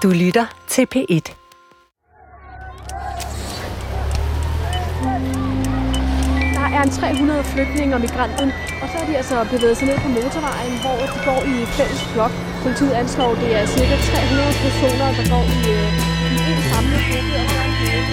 Du lytter til P1. Der er 300 flygtninge og migranter, og så er de altså bevæget sig ned på motorvejen, hvor de går i fælles flok. Politiet anslår, det er ca. 300 personer, der går i en samlet gruppe.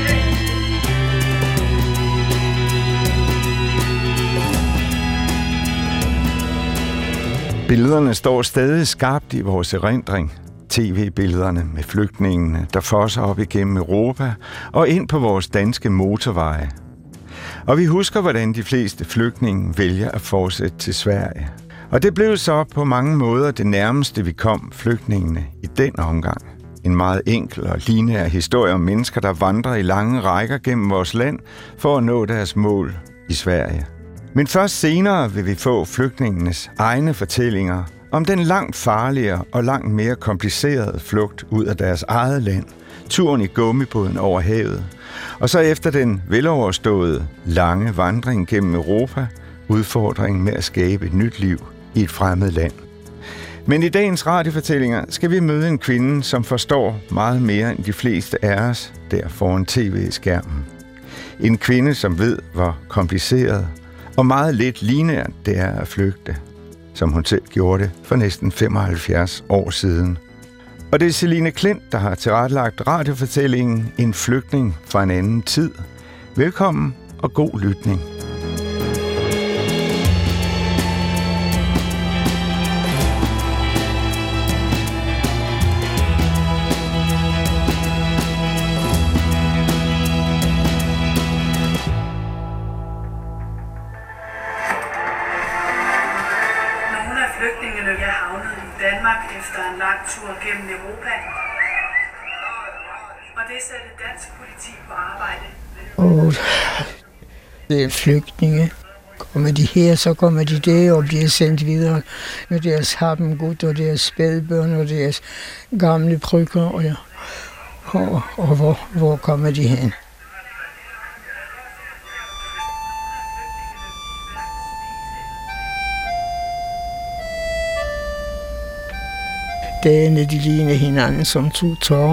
Billederne står stadig skarpt i vores erindring. TV-billederne med flygtningene, der fosser op igennem Europa og ind på vores danske motorveje. Og vi husker, hvordan de fleste flygtninge vælger at fortsætte til Sverige. Og det blev så på mange måder det nærmeste, vi kom flygtningene i den omgang. En meget enkel og lineær historie om mennesker, der vandrer i lange rækker gennem vores land for at nå deres mål i Sverige. Men først senere vil vi få flygtningenes egne fortællinger om den langt farligere og langt mere komplicerede flugt ud af deres eget land, turen i gummibåden over havet, og så efter den veloverståede lange vandring gennem Europa, udfordringen med at skabe et nyt liv i et fremmed land. Men i dagens radiofortællinger skal vi møde en kvinde, som forstår meget mere end de fleste af os der foran tv-skærmen. En kvinde, som ved, hvor kompliceret og meget lidt lineært det er at flygte, som hun selv gjorde det for næsten 75 år siden. Og det er Celine Klint, der har tilrettelagt radiofortællingen En flygtning fra en anden tid. Velkommen og god lytning. Tur gennem Europa, og det satte dansk politi på arbejde. Det er flygtninge. Kommer de her, så kommer de der og bliver sendt videre med deres harpengud og deres spædbørn og deres gamle krykker. Og hvor kommer de hen? Dagene, de ligner hinanden som to tårer.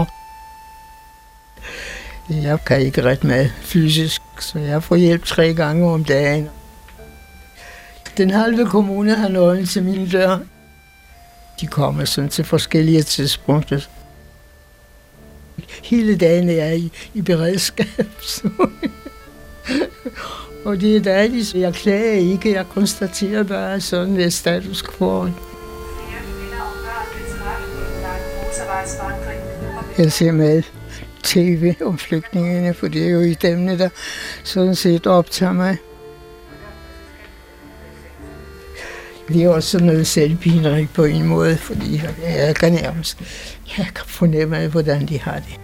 Jeg kan ikke ret med fysisk, så jeg får hjælp 3 gange om dagen. Den halve kommune har nøglen til min dør. De kommer sådan til forskellige tidspunkter. Hele dagen er jeg i beredskab. Og det er dejligt. Jeg klager ikke, jeg konstaterer bare sådan et status quo. Jeg ser med tv om flygtningene, for det er jo i demne, der sådan set optager mig. Det er også sådan noget selvpineri på en måde, fordi jeg kan fornemme, hvordan de har det.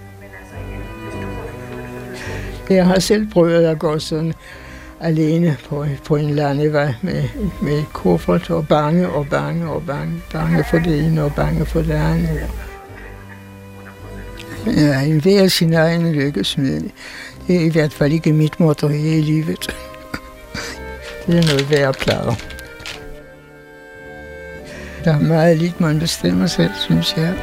Jeg har selv prøvet at gå sådan alene på en landevej med kuffert og bange. Bange for det ene og bange for det andet. Ja, enhver sin egen lykkesmed. Det er i hvert fald ikke mit motto i livet. Det er noget værd at klare. Der er meget lidt, man bestemmer selv, synes jeg.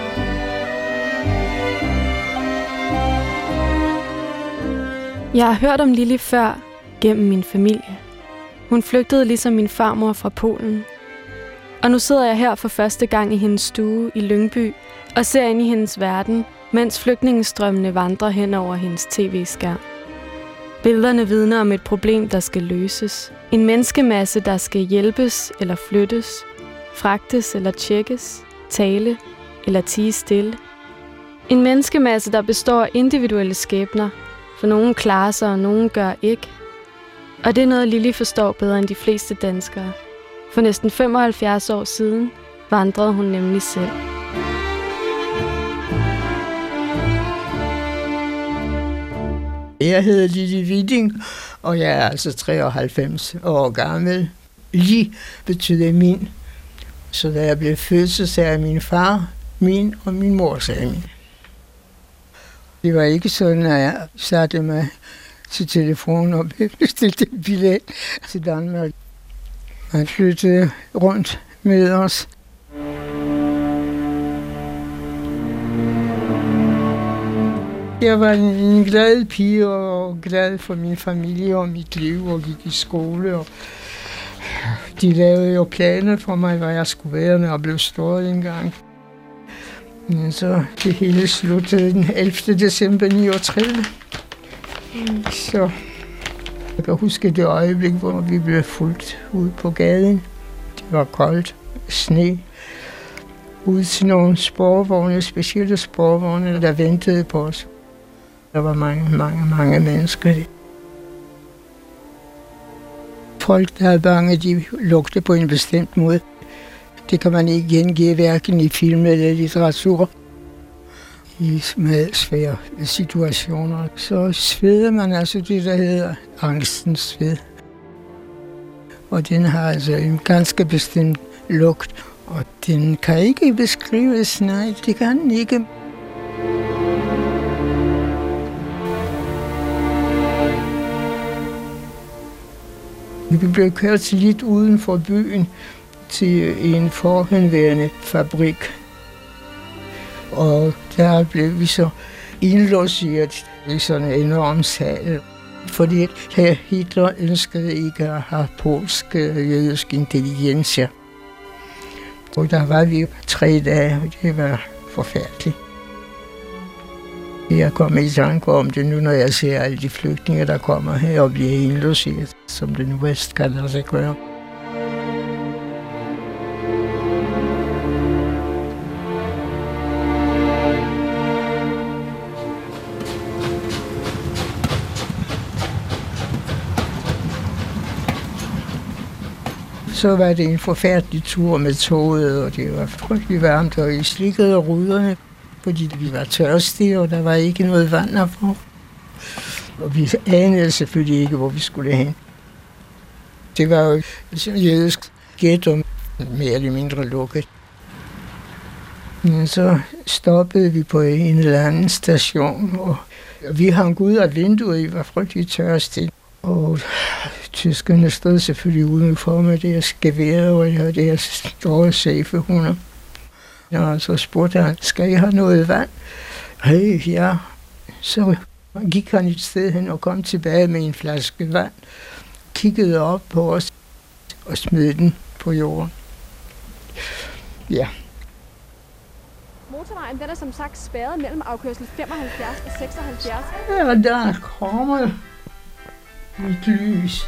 Jeg har hørt om Lili før gennem min familie. Hun flygtede ligesom min farmor fra Polen. Og nu sidder jeg her for første gang i hendes stue i Lyngby og ser ind i hendes verden, mens flygtningestrømmene vandrer hen over hendes tv-skærm. Billederne vidner om et problem, der skal løses. En menneskemasse, der skal hjælpes eller flyttes, fragtes eller tjekkes, tale eller tie stille. En menneskemasse, der består af individuelle skæbner, for nogen klarer sig, og nogen gør ikke. Og det er noget, Lili forstår bedre end de fleste danskere. For næsten 75 år siden vandrede hun nemlig selv. Jeg hedder Lili Witting, og jeg er altså 93 år gammel. Li betyder min. Så da jeg blev født, så sagde min far min, og min mor sagde min. Det var ikke sådan, at jeg satte mig til telefonen og bestilte en billet til Danmark. Man flyttede rundt med os. Jeg var en glad pige og glad for min familie og mit liv og gik i skole. Og de lavede jo planer for mig, hvad jeg skulle være, når jeg blev stor engang. Men så det hele sluttede den 11. december 39. Så jeg kan huske det øjeblik, hvor vi blev fulgt ud på gaden. Det var koldt, sne. Ud til nogle sporvogne, specielle sporvogne, der ventede på os. Der var mange mennesker. Folk, der er bange, de lugte på en bestemt måde. Det kan man ikke gengive hverken i film eller litteratur. I svære situationer, så sveder man altså det, der hedder angstens sved. Og den har altså en ganske bestemt lugt, og den kan ikke beskrives, nej, det kan den ikke. Vi blev kørt lidt uden for byen til en forhenværende fabrik. Og der blev vi så indlogeret i sådan en enorm sal. Fordi Hitler ønskede ikke at have polsk jødisk intelligensia. Og der var vi 3 dage, og det var forfærdeligt. Jeg kommer i tanke om det nu, når jeg ser alle de flygtninge, der kommer her og bliver indlogeret, som det nu bedst kan lade sig gøre. Så var det en forfærdelig tur med toget, og det var frygtelig varmt, og I slikkede ruderne, fordi vi var tørstige, og der var ikke noget vand at få. Og vi anede selvfølgelig ikke, hvor vi skulle hen. Det var jo et jødisk ghetto, mere eller mindre lukket. Men så stoppede vi på en eller anden station, og vi hang ud af vinduet, vi var frygtelig tørstige. Og tyskerne stod selvfølgelig udenfor med deres geværer og deres store schæferhunder. Og så spurgte han, skal I have noget vand? Hey, ja. Så gik han et sted hen og kom tilbage med en flaske vand, kiggede op på os og smed den på jorden. Ja. Motorvejen, den er som sagt spærret mellem afkørsel 75 og 76. Ja, der kommer mit lys.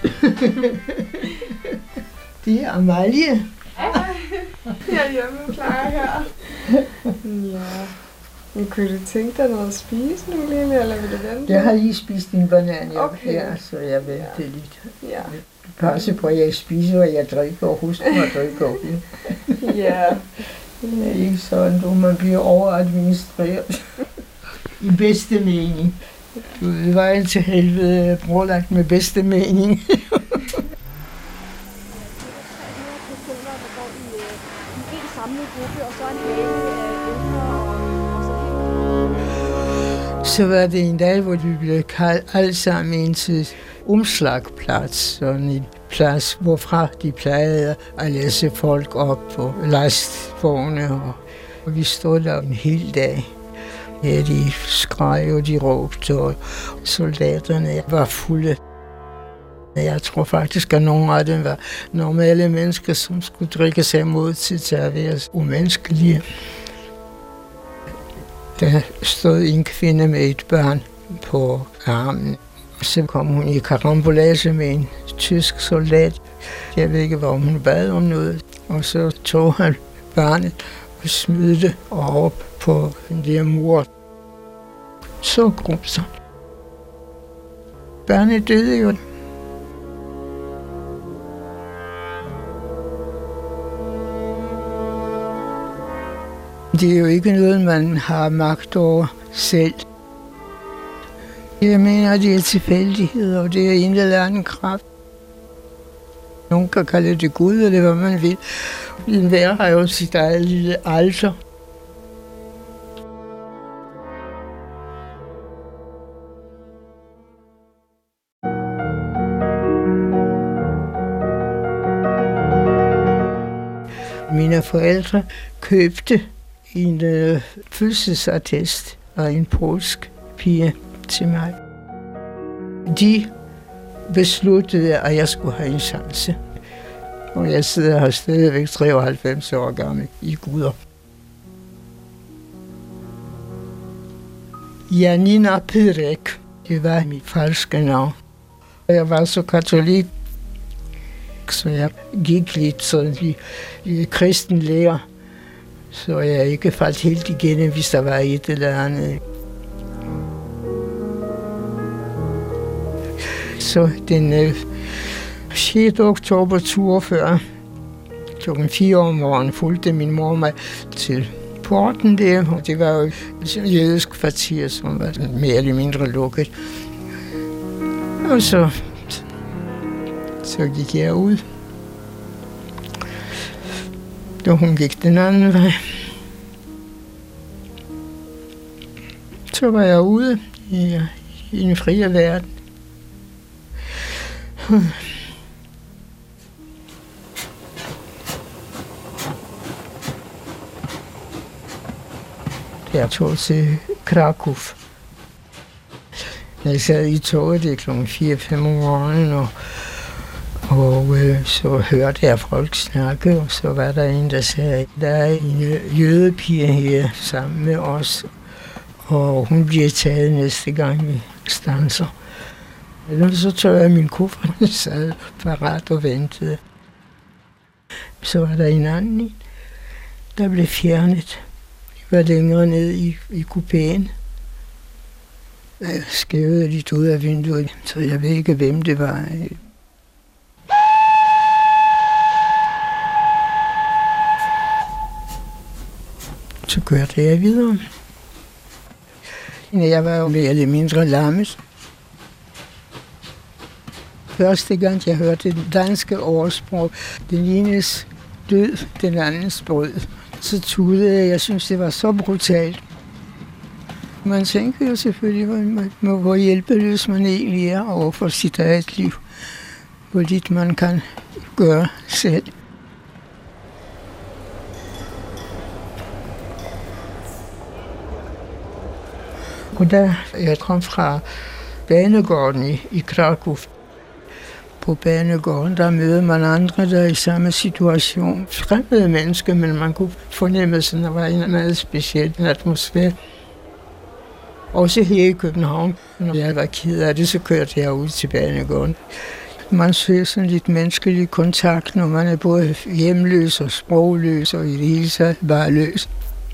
Det er Amalie. Jeg er hjemme klar her. Ja. Men kunne du tænke dig noget at spise nu, Lille, eller vil du vente? Jeg har lige spist en banan Okay. her, så jeg venter lidt. Ja. Passe på, at jeg spiser, og jeg drikker, og husk mig at drikke op. Ja. Det er ikke sådan, at man bliver overadministreret. I bedste mening. Du ved, vejen til helvede er brolagt med bedste mening. Så var det en dag, hvor vi blev kaldt alle sammen ind til omslagplads, sådan en plads, hvorfra de plejede at læse folk op på lastvogne. Og vi stod der en hel dag. Ja, de skreg og de råbte, og soldaterne var fulde. Jeg tror faktisk, at nogle af dem var normale mennesker, som skulle drikke sig mod til at være umenneskelige. Der stod en kvinde med et barn på armen. Så kom hun i karambolage med en tysk soldat. Jeg ved ikke, hvor hun bad om noget. Og så tog han barnet og smed det op på den der mur. Så grusomt. Barnet døde jo. Det er jo ikke noget, man har magt over selv. Jeg mener, det er tilfældighed, og det er en eller anden kraft. Nogen kan kalde det Gud, eller hvad man vil. Enhver har jo sit eget lille alter. Mine forældre købte en fødselsattest af en polsk pige til mig. De besluttede, at jeg skulle have en chance. Og jeg sidder her stadigvæk 93 år gammel i Guder. Janina Pyrek, det var mit falske navn. Jeg var så katolik, så jeg gik lidt sådan i kristen lære, så jeg ikke faldt helt igennem, hvis der var et eller andet. Så den 6. oktober 42, klokken 4 om morgenen, fulgte min mor mig til porten der, og det var jo et jødisk kvarter, som var mere eller mindre lukket. Og så gik jeg ud. Da hun gik den anden vej, så var jeg ude i en fri verden. Jeg tog til Krakow. Jeg sad i toget, det kl. 4-5 om morgenen, og så hørte jeg folk snakke, og så var der en, der sagde, der er en jødepige her sammen med os, og hun bliver taget næste gang vi standser. Og så tog jeg min kuffert og sad parat og ventede. Så var der en anden, der blev fjernet. Jeg var længere ned i kupéen. Jeg skævede lidt ud af vinduet, så jeg ved ikke, hvem det var. Så kørte jeg videre. Jeg var jo mere eller mindre lammet. Første gang jeg hørte det danske ordsprog, den enes død, den andens brød, så tudede jeg synes, det var så brutalt. Man tænker jo selvfølgelig, hvor hjælpeløs man egentlig er over for sit eget liv. Hvor lidt man kan gøre selv. Og da jeg kom fra banegården i Krakow, på banegården, der møder man andre, der er i samme situation. Fremmede mennesker, men man kunne fornemme, at der var en meget speciel atmosfære. Også her i København, når jeg var ked af det, så kørte jeg ud til banegården. Man søger sådan lidt menneskelig kontakt, når man er både hjemløs og sprogløs, og i det hele taget bare løs.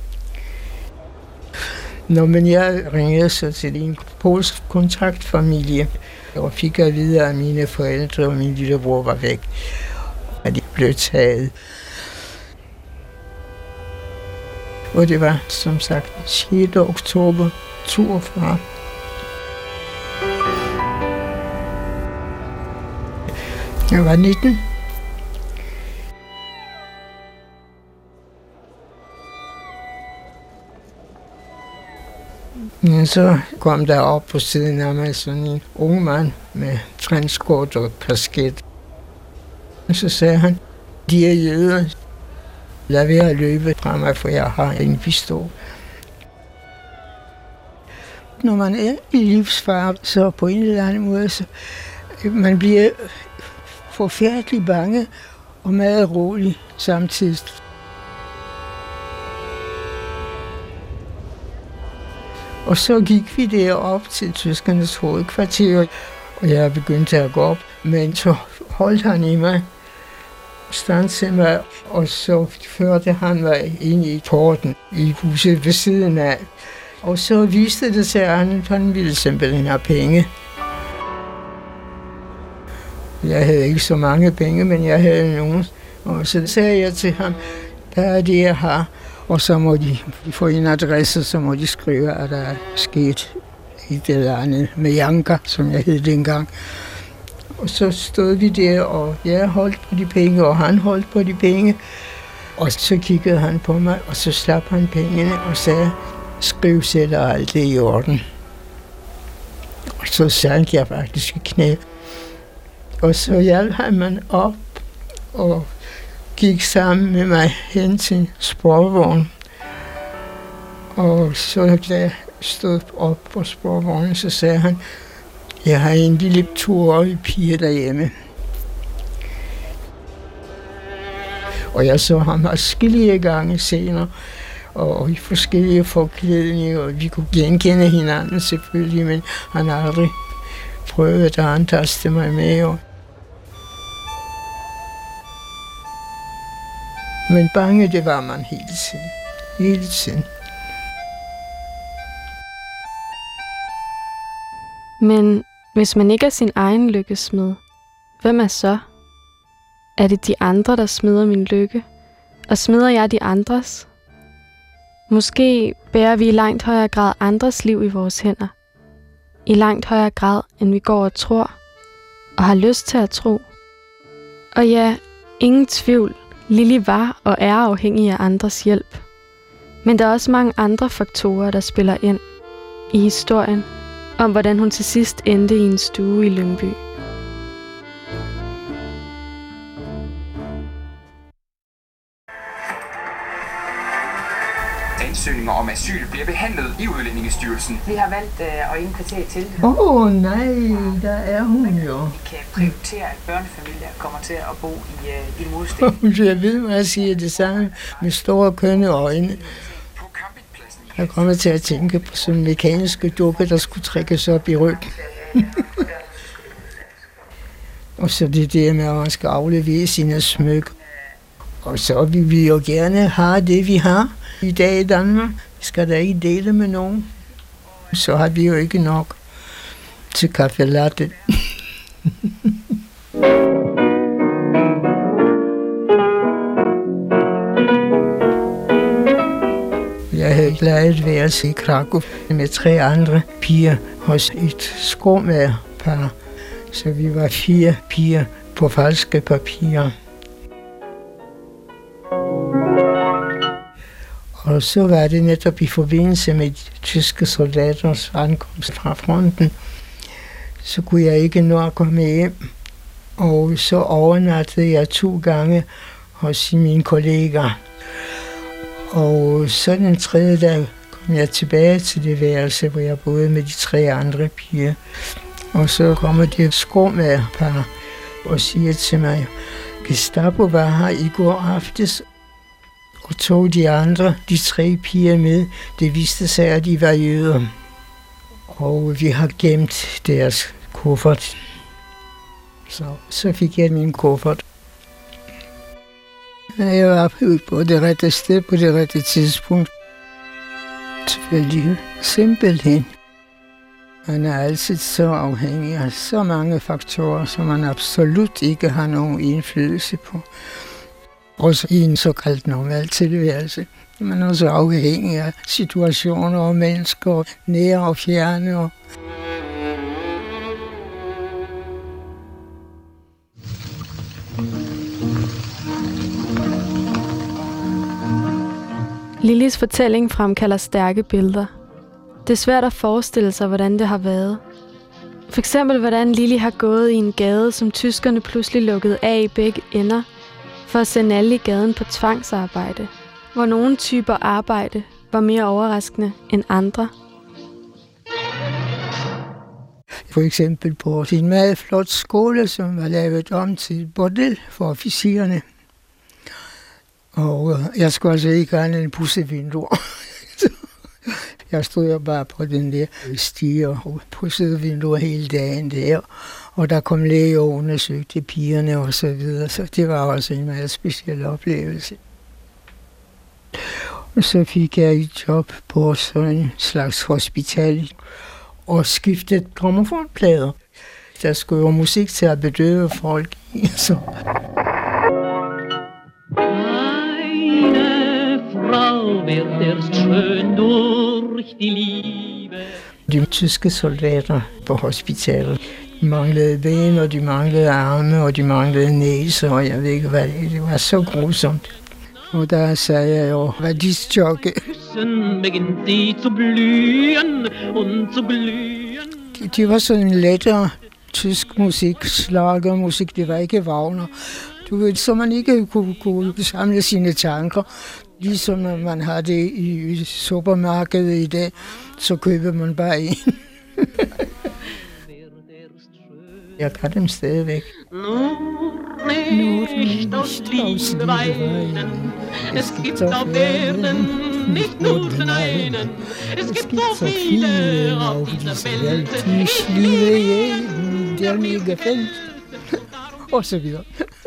Men jeg ringede så til en polsk kontaktfamilie, og fik at vide, at mine forældre og min lillebror var væk, og de blev taget. Og det var, som sagt, 6. oktober 42. Jeg var 19. Men så kom der op på siden af mig sådan en ung mand med transkort og kasket. Og så sagde han, de er jøder. Lad være at løbe fra mig, for jeg har en pistol. Når man er i livsfare, så på en eller anden måde, så man bliver forfærdelig bange og meget rolig samtidig. Og så gik vi derop til tyskernes hovedkvarter, og jeg begyndte at gå op, men så holdt han i mig, standsede mig, og så førte han mig ind i porten i huset ved siden af. Og så viste det sig, at han ville simpelthen have penge. Jeg havde ikke så mange penge, men jeg havde nogen. Og så sagde jeg til ham, der er det, jeg har. Og så må de få en adresse, så må de skrive, at der er sket et eller andet med Janka, som jeg hed dengang. Og så stod vi der, og jeg holdt på de penge, og han holdt på de penge. Og så kiggede han på mig, og så slap han pengene og sagde, skriv selv, og alt det i orden. Og så sank jeg faktisk i knæ. Og så hjalp han mig op, og gik sammen med mig hen til sporvognen. Og så da jeg stod op på sporvognen, så sagde han, jeg har en lille 2-årig pige derhjemme. Og jeg så ham adskillige gange senere, og i forskellige forklædninger, og vi kunne genkende hinanden selvfølgelig, men han har aldrig prøvet at antaste mig med. Men bange, det var man hele tiden. Hele tiden. Men hvis man ikke er sin egen lykkesmed, hvem er så? Er det de andre, der smider min lykke? Og smider jeg de andres? Måske bærer vi i langt højere grad andres liv i vores hænder. I langt højere grad, end vi går og tror, og har lyst til at tro. Og ja, ingen tvivl, Lili var og er afhængig af andres hjælp. Men der er også mange andre faktorer, der spiller ind i historien, om hvordan hun til sidst endte i en stue i Lyngby. Ansøgninger om asyl bliver behandlet i Udlændingestyrelsen. Vi har valgt at indkvartere til. Nej, der er hun jo. Vi kan prioritere, at børnefamilier kommer til at bo i mursten. Jeg ved, hvad jeg siger det samme med store kønne øjne. Jeg kommer til at tænke på sådan mekaniske dukker, der skulle trækkes op i ryggen. Og så det der med, at man skal aflevere sine smykker. Og så vil vi jo gerne have det, vi har i dag i Danmark. Vi skal da ikke dele med nogen. Så har vi jo ikke nok til kaffe latte. Jeg havde lejet værelse i Krakow med 3 andre piger hos et skomagerpar. Så vi var 4 piger på falske papirer. Og så var det netop i forbindelse med de tyske soldaters ankomst fra fronten. Så kunne jeg ikke nå at komme hjem. Og så overnattede jeg 2 gange hos mine kolleger. Og så den 3. dag kom jeg tilbage til det værelse, hvor jeg boede med de 3 andre piger. Og så kommer det skomagerpar og siger til mig, Gestapo var her i går aftes og tog de 3 piger med. Det viste sig, at de var jøder. Og vi har gemt deres kuffert. Så fik jeg min kuffert. Jeg var på det rette sted på det rette tidspunkt. Selvfølgelig. Simpelthen. Man er altid så afhængig af så mange faktorer, som man absolut ikke har nogen indflydelse på. Også i en såkaldt normal tilværelse. Man er også afhængig af situationer og mennesker, nære og fjerne. Lilis fortælling fremkalder stærke billeder. Det er svært at forestille sig, hvordan det har været. For eksempel, hvordan Lili har gået i en gade, som tyskerne pludselig lukkede af i begge ender, for at sende alle i gaden på tvangsarbejde, hvor nogle typer arbejde var mere overraskende end andre. For eksempel på en meget flot skole, som var lavet om til et bordel for officererne. Og jeg skulle altså ikke have en pussevinduer. Jeg stod jo bare på den der stige og pudsede vinduer hele dagen der. Og der kom læge og undersøgte pigerne og så videre. Så det var også en meget speciel oplevelse. Og så fik jeg et job på sådan en slags hospital og skiftede grammofonplader. Der skulle jo musik til at bedøve folk i. Så. De tyske soldater på hospitalet, de manglede ben, og de manglede arme, og de manglede næse, og jeg ved ikke hvad det var så grusomt. Og der sagde jeg jo, hvad de stjokke. De var sådan en lettere tysk musik, schlagermusik, det var ikke Wagner. Du ved, så man ikke kunne samle sine tanker. Ligesom når man har det i supermarkedet i dag, så køber man bare en. Jeg kan dem stadigvæk. Nicht aus Liebe weinen, es gibt auf Erden nicht nur den einen, es gibt so viele auf dieser Welt. Ich liebe jeden, der mir gefällt. Og så videre.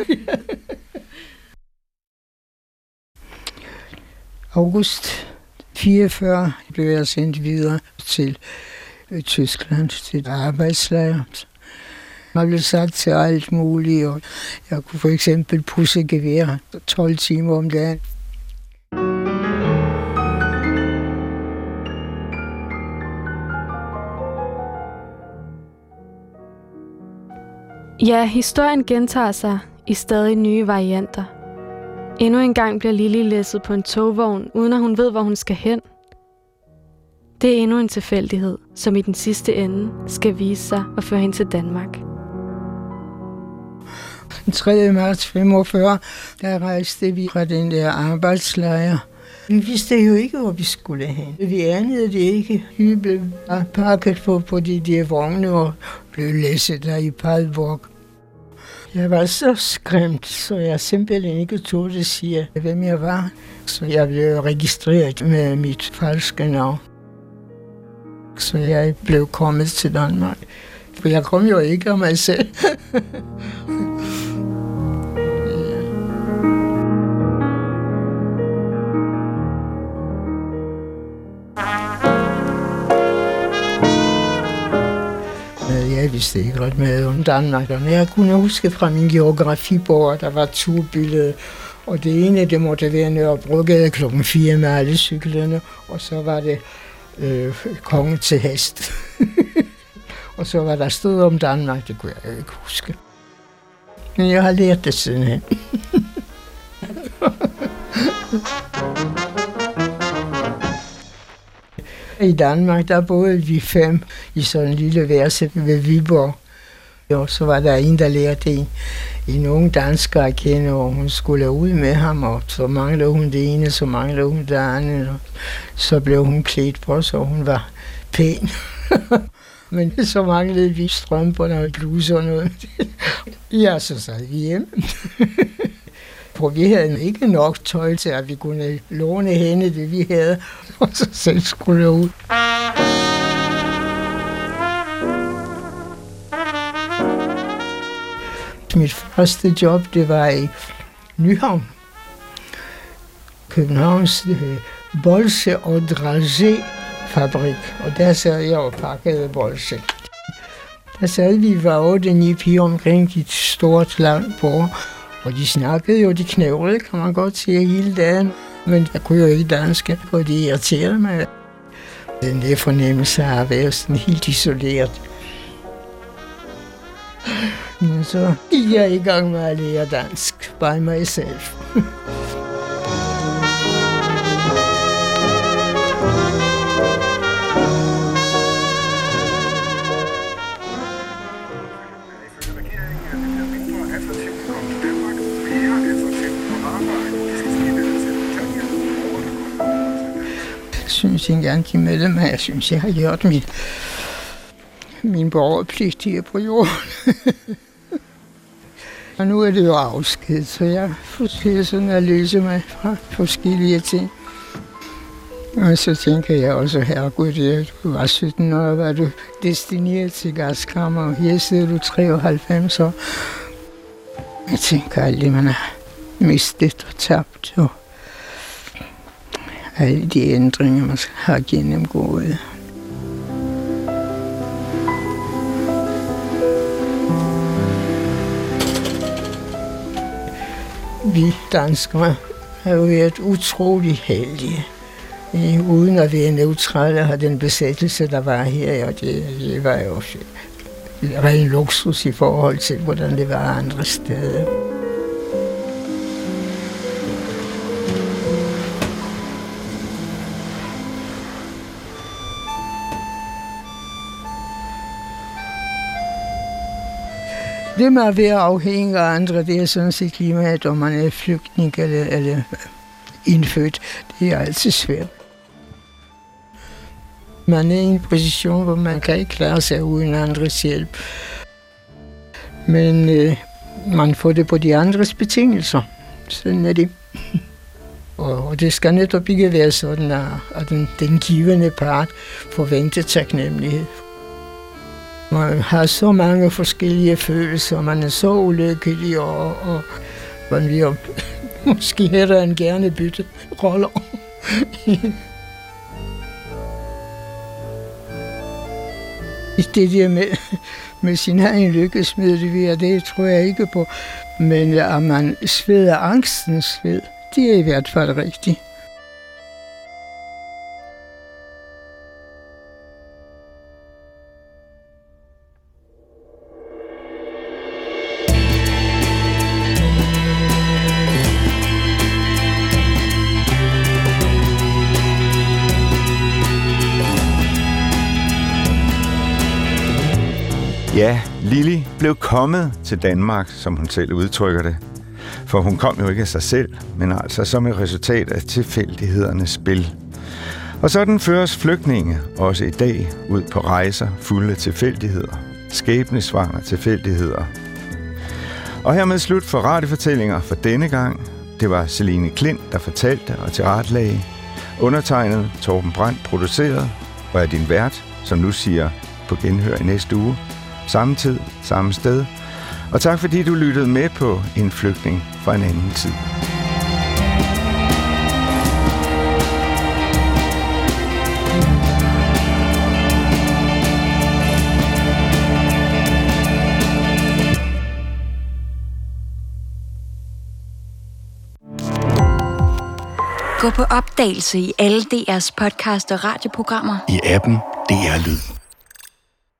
August 44 blev jeg sendt videre til Tyskland, til et arbejdslejr. Jeg blev sat til alt muligt, og jeg kunne for eksempel pudse gevær 12 timer om dagen. Ja, historien gentager sig i stadig nye varianter. Endnu en gang bliver Lili læsset på en togvogn, uden at hun ved, hvor hun skal hen. Det er endnu en tilfældighed, som i den sidste ende skal vise sig at føre hende til Danmark. Den 3. marts 45, der rejste vi fra den der arbejdslejr. Vi vidste jo ikke, hvor vi skulle hen. Vi anede det ikke. Vi blev pakket på de der vogne og blev læsset der i Padborg. Jeg var så skræmt, så jeg simpelthen ikke turde sige, hvem jeg var. Så jeg blev registreret med mit falske navn. Så jeg blev kommet til Danmark. For jeg kom jo ikke af mig selv. Jeg vidste ikke ret meget om Danmark, og jeg kunne huske fra min geografibog, at der var 2 billeder. Og det ene, det måtte være Nørrebrogade klokken 4 med alle cyklerne, og så var det kongen til hest. Og så var der stået om Danmark, det kunne jeg ikke huske. Men jeg har lært det sidenhen. I Danmark, der boede vi 5 i sådan en lille værelse ved Viborg. Og så var der en, der lærte en ung dansker at kende, og hun skulle ud med ham, og så manglede hun det ene, så manglede hun det andet. Og så blev hun klædt på, så hun var pæn. Men så manglede vi strømperne og bluser og noget. Ja, så sad vi hjemme. For vi havde ikke nok tøj til, at vi kunne låne hende det, vi havde, og så selv skulle ud. Mit første job, det var i Nyhavn. Københavns bolse- og dragé-fabrik, og der sad jeg og pakkede bolse. Der sad vi, var 8-9 piger omkring et stort langt bord, og de snakkede jo, de knævrede, kan man godt sige, hele dagen. Men jeg kunne jo ikke dansk, og det irriterede mig. Den der fornemmelse af at være sådan helt isoleret. Men så gik jeg i gang med at lære dansk, by myself. Jeg synes ikke engang, de med dem, jeg synes, jeg har gjort min borgerpligt her på jorden. Og nu er det jo afsked, så jeg forsøger sådan at løse mig fra forskellige ting. Og så tænker jeg også, herregud, du var 17 år, var du destineret til gaskammer, og her sidder du 93 år. Jeg tænker aldrig, man har mistet og tabt, og alle de ændringer, man har gennemgået. Vi danskere har jo været utrolig heldige. Uden at være neutrale har den besættelse, der var her, og det var jo ren luksus i forhold til, hvordan det var andre steder. Det med at være afhængig af andre, det er sådan set klimaet, om man er flygtning eller indfødt. Det er altid svært. Man er i en position, hvor man kan ikke klare sig uden andres hjælp. Men man får det på de andres betingelser. Sådan er det. Og det skal netop ikke være sådan, at den givende part forventer taknemmelighed. Man har så mange forskellige følelser, man er så ulykkelig, og man vil måske hellere end gerne bytte roller. Det der med sin egen lykkesmiddel, det tror jeg ikke på. Men at man sveder angstens sved, det er i hvert fald rigtigt. Ja, Lili blev kommet til Danmark, som hun selv udtrykker det. For hun kom jo ikke af sig selv, men altså som et resultat af tilfældighedernes spil. Og sådan føres flygtninge også i dag ud på rejser fulde af tilfældigheder. Skæbnesvangre tilfældigheder. Og hermed slut for radiofortællinger for denne gang. Det var Celine Klint, der fortalte og tilretelagde. Undertegnet Torben Brandt produceret og er din vært, som nu siger på genhør i næste uge. Samme tid, samme sted. Og tak fordi du lyttede med på En flygtning fra en anden tid. Gå på opdagelse i alle DR's podcast og radioprogrammer. I appen DR Lyd.